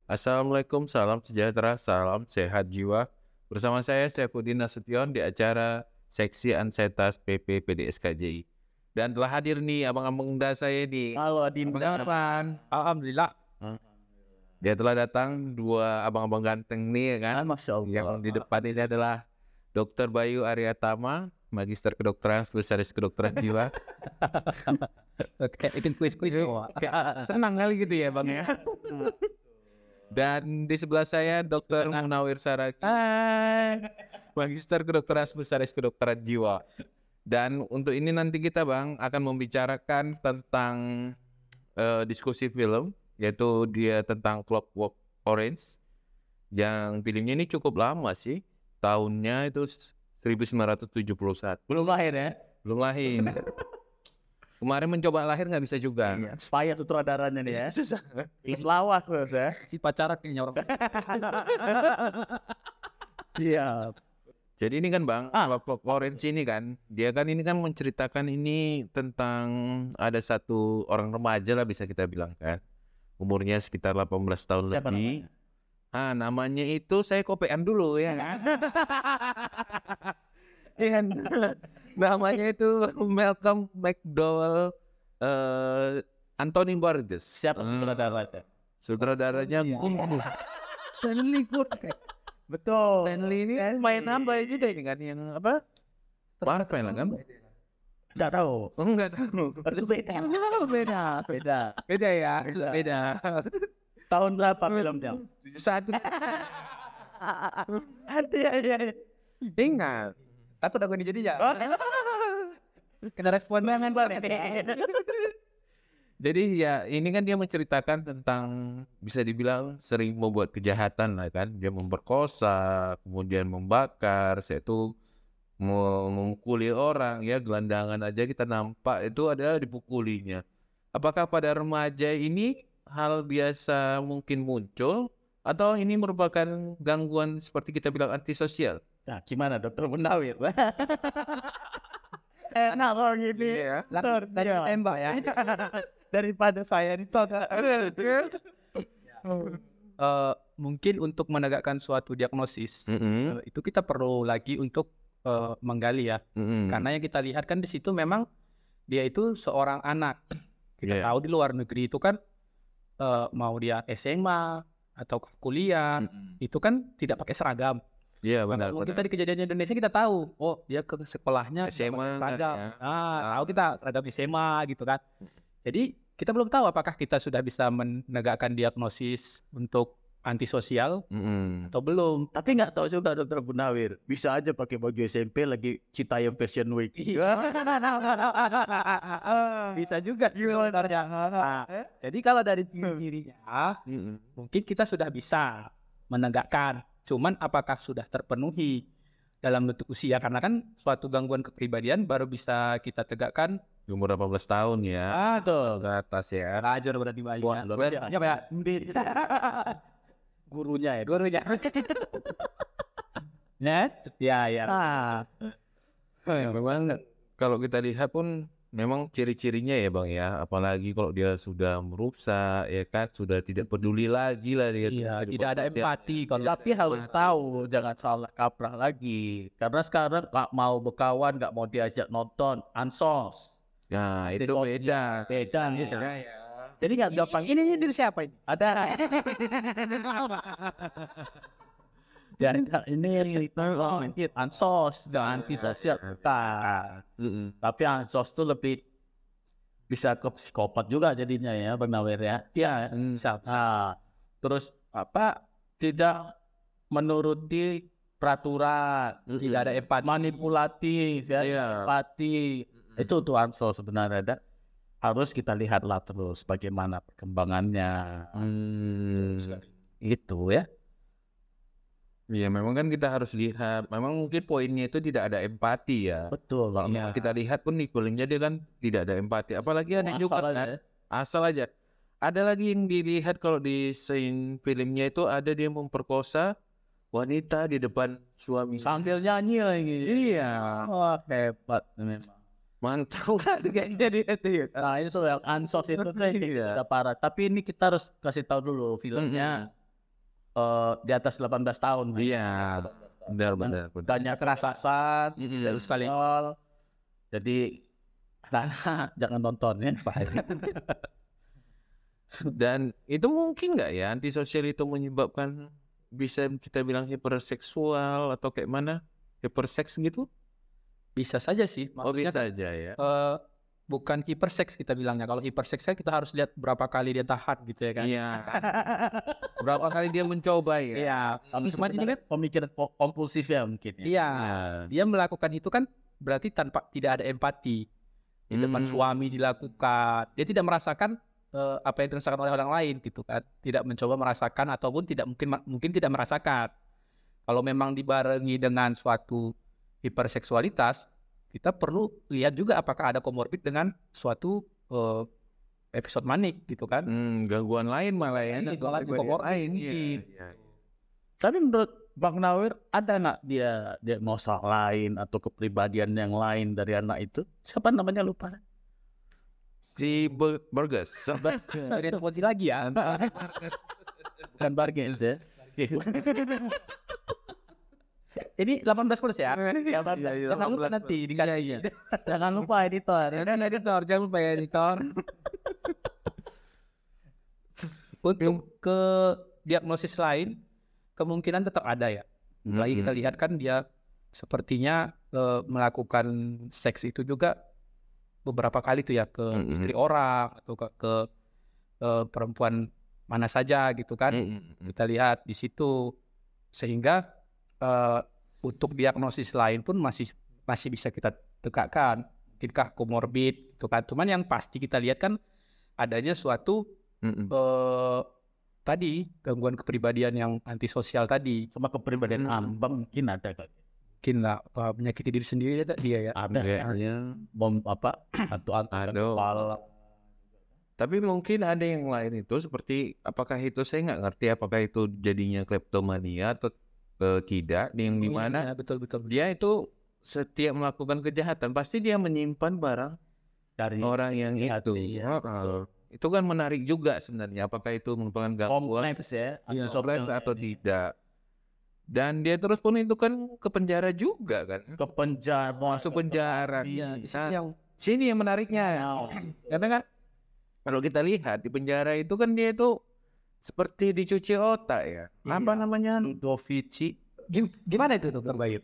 Assalamualaikum, salam sejahtera, salam sehat jiwa. Bersama saya Saifuddin Nasution di acara Seksi Ansetas PP PDSKJI. Dan telah hadir nih abang-abang muda saya nih. Halo Dinda. Alhamdulillah. Dia telah datang dua abang-abang ganteng nih ya kan. Masya Allah. Yang di depan ini adalah Dr. Bayu Aryatama, Magister Kedokteran, Spesialis Kedokteran Jiwa. Kayak bikin kuis-kuis semua. Senang kali gitu ya bang ya. Dan di sebelah saya Dr. Munawir Saragi, Magister Kedokteran, Spesialis Kedokteran Jiwa. Dan untuk ini nanti kita bang akan membicarakan tentang diskusi film, yaitu dia tentang Clockwork Orange. Yang filmnya ini cukup lama sih, tahunnya itu 1971. Belum lahir ya? Belum lahir. Kemarin mencoba lahir nggak bisa juga. Payah sutradaranya nih ya. Susah. Lawak terus ya. Si pacaran kayaknya orang. Iya. Jadi ini kan bang, Clockwork Orange ini kan, dia kan ini kan menceritakan ini tentang ada satu orang remaja lah bisa kita bilang kan. Umurnya sekitar 18 tahun Siapa lebih. namanya? Namanya itu saya kopean dulu ya kan. Iya, namanya itu Malcolm McDowell Anthony Burgess. Siapa sutradaranya? Sutradaranya Stanley Kubrick. Betul. Stanley ini main apa juga ini kan yang apa? Marvel lah kan? Tidak tahu. Enggak tahu. Itu beda. Beda ya. Beda. Tahun berapa filmnya? 71. Ada. Ingat. Takut aku ini jadinya. Kena respon banget banget. Jadi ya ini kan dia menceritakan tentang bisa dibilang sering membuat kejahatan lah kan. Dia memperkosa, kemudian membakar, yaitu memukuli orang ya, gelandangan aja kita nampak itu ada dipukulinya. Apakah pada remaja ini hal biasa mungkin muncul atau ini merupakan gangguan seperti kita bilang antisosial? Nah, gimana Dokter Munawir? Enak kalau gini ya. Dari tembak ya. Daripada saya ditolak. Mungkin untuk menegakkan suatu diagnosis itu kita perlu lagi untuk menggali ya. Karena yang kita lihat kan di situ memang dia itu seorang anak. Kita tahu di luar negeri itu kan mau dia SMA atau kuliah itu kan tidak pakai seragam. Iya benar. Kita di kejadian Indonesia kita tahu, oh dia ke sekolahnya SMA seragam. ya. Tahu kita seragam SMA gitu kan. Jadi kita belum tahu apakah kita sudah bisa menegakkan diagnosis untuk antisosial atau belum. Tapi nggak tahu juga Dokter Munawir, bisa aja pakai baju SMP lagi Citayam Fashion Week. Bisa juga sebenarnya. Jadi kalau dari ciri-cirinya mungkin kita sudah bisa menegakkan. Cuman apakah sudah terpenuhi dalam bentuk usia? Karena kan suatu gangguan kepribadian baru bisa kita tegakkan di umur 18 tahun ya. Betul. Ke atas ya. Belajar berarti banyak. Ya, ya. Gurunya. Ya. Memang kalau kita lihat pun memang ciri-cirinya ya bang ya, apalagi kalau dia sudah merusak ya kan, sudah tidak peduli lagi lah dia. Iya, tidak ada empati. Tapi harus tahu, jangan salah kaprah lagi. Karena sekarang nggak mau berkawan, nggak mau diajak nonton, ansos. Nah itu beda. Gitu. Ya. Jadi nggak gampang. Ini dari siapa ini? Ada. Ya, ini ansos, jangan antisosial. Tapi ansos tuh lebih bisa ke psikopat juga jadinya ya, Bang Nawir ya. Iya, Terus tidak menuruti peraturan, tidak ada empati, manipulatif ya, empati. Itu tuh ansos sebenarnya. Harus kita lihatlah terus bagaimana perkembangannya. Itu ya. Iya memang kan kita harus lihat, memang mungkin poinnya itu tidak ada empati ya. Betul. Kalau kita lihat pun di filmnya dia kan tidak ada empati, apalagi ada juga kan asal aja. Ada lagi yang dilihat kalau di scene filmnya itu ada dia memperkosa wanita di depan suami sambil nyanyi lagi. Iya. Wah hebat memang. Mantap kan jadi itu. Nah ini soal ansos itu udah parah. Tapi ini kita harus kasih tahu dulu filmnya. di atas 18 tahun. Iya, benar. Banyak kerasasan, sekali. Jadi jangan nonton ya. Dan itu mungkin nggak ya antisosial itu menyebabkan bisa kita bilang hiperseksual atau kayak mana? Hiperseks gitu? Bisa saja sih. Oh, Maksudnya bisa aja ya. bukan hiperseks kita bilangnya. Kalau hiperseks kan kita harus lihat berapa kali dia tahan gitu ya kan. Iya. Berapa kali dia mencoba ya? Iya. Tapi Cuman ini kan pemikiran kompulsif ya mungkin ya. iya, dia melakukan itu kan berarti tidak ada empati. Di depan suami dilakukan. Dia tidak merasakan apa yang dirasakan oleh orang lain gitu kan. Tidak mencoba merasakan ataupun tidak mungkin tidak merasakan. Kalau memang dibarengi dengan suatu hiperseksualitas, kita perlu lihat juga apakah ada komorbid dengan suatu episode manik gitu kan. Gangguan lain malah ya. Gangguan lain. Iya. Tapi menurut Bang Nawir, ada nggak dia diagnosa lain atau kepribadian yang lain dari anak itu? Siapa namanya lupa? Si Burgess. Dari posisi lagi ya. Bukan Barges ya. Ini 18+ ya. Jangan lupa nanti dikasih. Jangan lupa editor. Jangan lupa ya editor. Untuk ke diagnosis lain kemungkinan tetap ada ya. Lagi kita lihat kan dia sepertinya melakukan seks itu juga beberapa kali tuh ya ke istri orang atau ke perempuan mana saja gitu kan. Kita lihat di situ sehingga untuk diagnosis lain pun masih bisa kita tegakkan. Mungkinkah komorbid gitu kan. Cuman yang pasti kita lihat kan adanya suatu tadi gangguan kepribadian yang antisosial tadi. Sama kepribadian ambang mungkin ada kan. Mungkin lah menyakiti diri sendiri dia ya. Ada bom apa atau kepala. Tapi mungkin ada yang lain itu seperti apakah itu saya nggak ngerti apakah itu jadinya kleptomania atau tidak, yang dimana betul. dia itu setiap melakukan kejahatan pasti dia menyimpan barang Dari orang yang itu. Itu kan menarik juga sebenarnya apakah itu merupakan gangguan kompleks ya, kompleks atau tidak. Dan dia terus pun itu kan ke penjara juga kan. ke penjara, Masuk penjara. Iya, Sini yang menariknya. Karena kan kalau kita lihat di penjara itu kan dia itu seperti dicuci otak ya. Apa namanya? Ludovici. Gimana itu tuh Kang Bayu?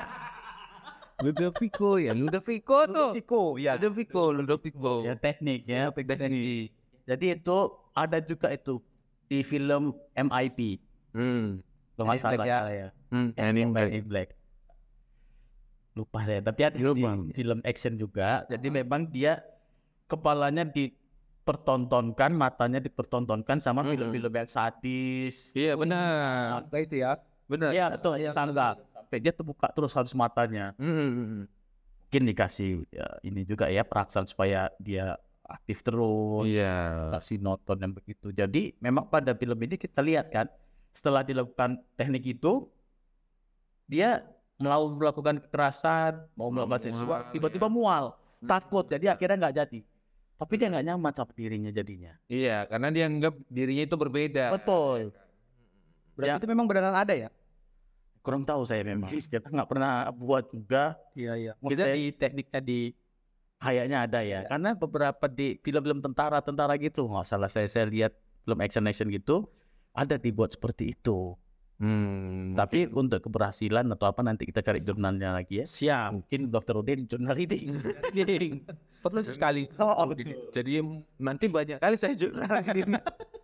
Ludovico ya. Ludovico tuh. Ludovico. Ya teknik ya. Teknik. Jadi itu ada juga itu di film MIP. Kalau nggak salah ya. Anime Black. Lupa saya. Tapi ada di film action juga. Jadi memang dia kepalanya dipertontonkan, matanya dipertontonkan sama film-film yang sadis. Iya benar. Apa itu ya? Benar. Iya betul. Sangga. Sampai dia terbuka terus harus matanya. Mungkin dikasih ya, ini juga ya perangsang supaya dia aktif terus. Iya. Kasih nonton yang begitu. Jadi memang pada film ini kita lihat kan, setelah dilakukan teknik itu, dia mau melakukan kekerasan, mau melakukan seksual, tiba-tiba mual, takut, jadi akhirnya nggak jadi. Tapi dia nggak nyaman sama dirinya jadinya. Iya, karena dia anggap dirinya itu berbeda. Betul. Berarti itu memang beneran ada ya? Kurang tahu saya memang. Kita nggak pernah buat juga. Iya. Kita Di tekniknya kayaknya ada ya. Karena beberapa di film-film tentara gitu, nggak salah saya lihat film action gitu, ada dibuat seperti itu. Tapi untuk keberhasilan atau apa nanti kita cari jurnalnya lagi ya. siap. Mungkin Dr. Udin jurnal ini. Perlu sekali. Jadi nanti banyak kali saya jurnal ini.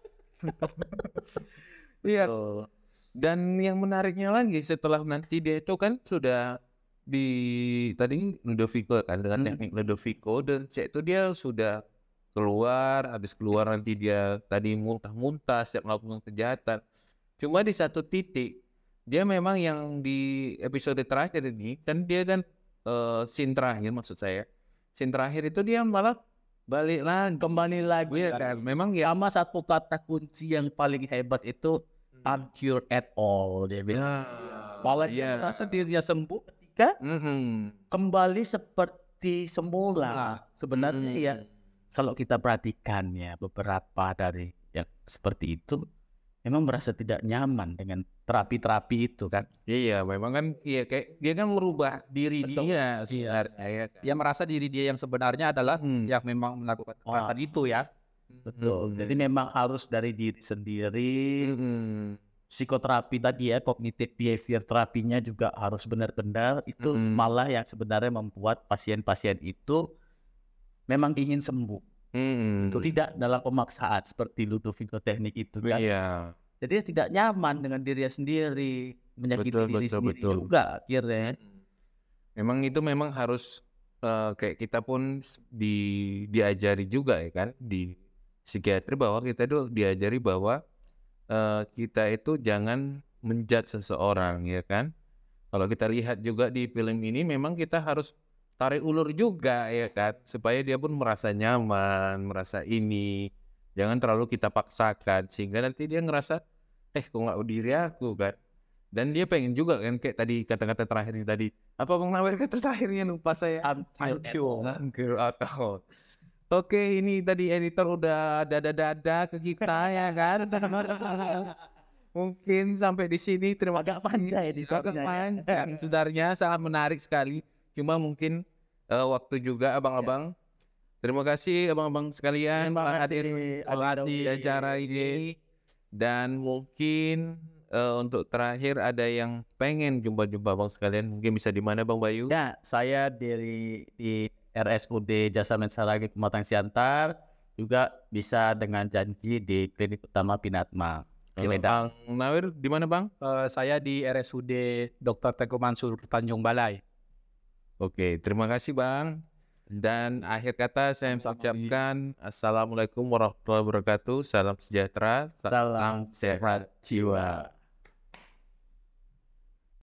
Iya. Dan yang menariknya lagi setelah nanti dia itu kan sudah tadi Ludovico kan dengan teknik Ludovico dan itu dia sudah keluar, habis keluar nanti dia tadi muntah-muntah setiap melakukan kejahatan. Cuma di satu titik dia memang yang di episode terakhir ini kan dia kan scene terakhir maksud saya. Scene terakhir itu dia malah kembali lagi ya kan. Memang ya Sama satu kata kunci yang paling hebat itu uncure at all dia bilang. Malah dia merasa dirinya sembuh ketika kembali seperti semula. Sebenarnya ya kalau kita perhatikan ya beberapa dari yang seperti itu memang merasa tidak nyaman dengan terapi-terapi itu kan. Iya, memang kan iya kayak dia kan merubah diri Betul. dia sebenarnya ya kan. Dia merasa diri dia yang sebenarnya adalah yang memang melakukan kekerasan itu ya. Betul. Jadi memang harus dari diri sendiri. Psikoterapi tadi ya, cognitive behavior terapinya juga harus benar-benar itu malah yang sebenarnya membuat pasien-pasien itu memang ingin sembuh. Itu tidak dalam pemaksaan seperti Ludovico teknik itu kan. Iya. Jadi dia tidak nyaman dengan dirinya sendiri, menyakiti diri sendiri juga akhirnya. Memang itu memang harus kayak kita pun diajari juga ya kan di psikiatri bahwa kita itu diajari bahwa kita itu jangan menjudge seseorang ya kan. Kalau kita lihat juga di film ini memang kita harus tarik ulur juga ya kan supaya dia pun merasa nyaman, merasa ini. Jangan terlalu kita paksakan sehingga nanti dia ngerasa kok nggak diri aku kan. Dan dia pengen juga kan kayak tadi kata-kata terakhirnya tadi. Apa Bang Nawir kata terakhirnya lupa saya. Uncle out. Oke, ini tadi editor udah dada-dada ke kita ya kan. Mungkin sampai di sini terima kasih. Agak panjang Agak panjang sebenarnya sangat menarik sekali. Cuma mungkin waktu juga abang-abang. Terima kasih abang-abang sekalian hadir di acara ini. Dan mungkin untuk terakhir ada yang pengen jumpa-jumpa abang sekalian, mungkin bisa di mana Bang Bayu? Ya, saya di RSUD Jasa Mensaragi Pematang Siantar, juga bisa dengan janji di Klinik Utama Pinatma. Bang Nawir di mana Bang? Saya di RSUD Dr. Teguh Mansur Tanjung Balai. Oke, terima kasih Bang. Dan akhir kata saya mengucapkan Assalamualaikum warahmatullahi wabarakatuh. Salam sejahtera, salam sehat jiwa.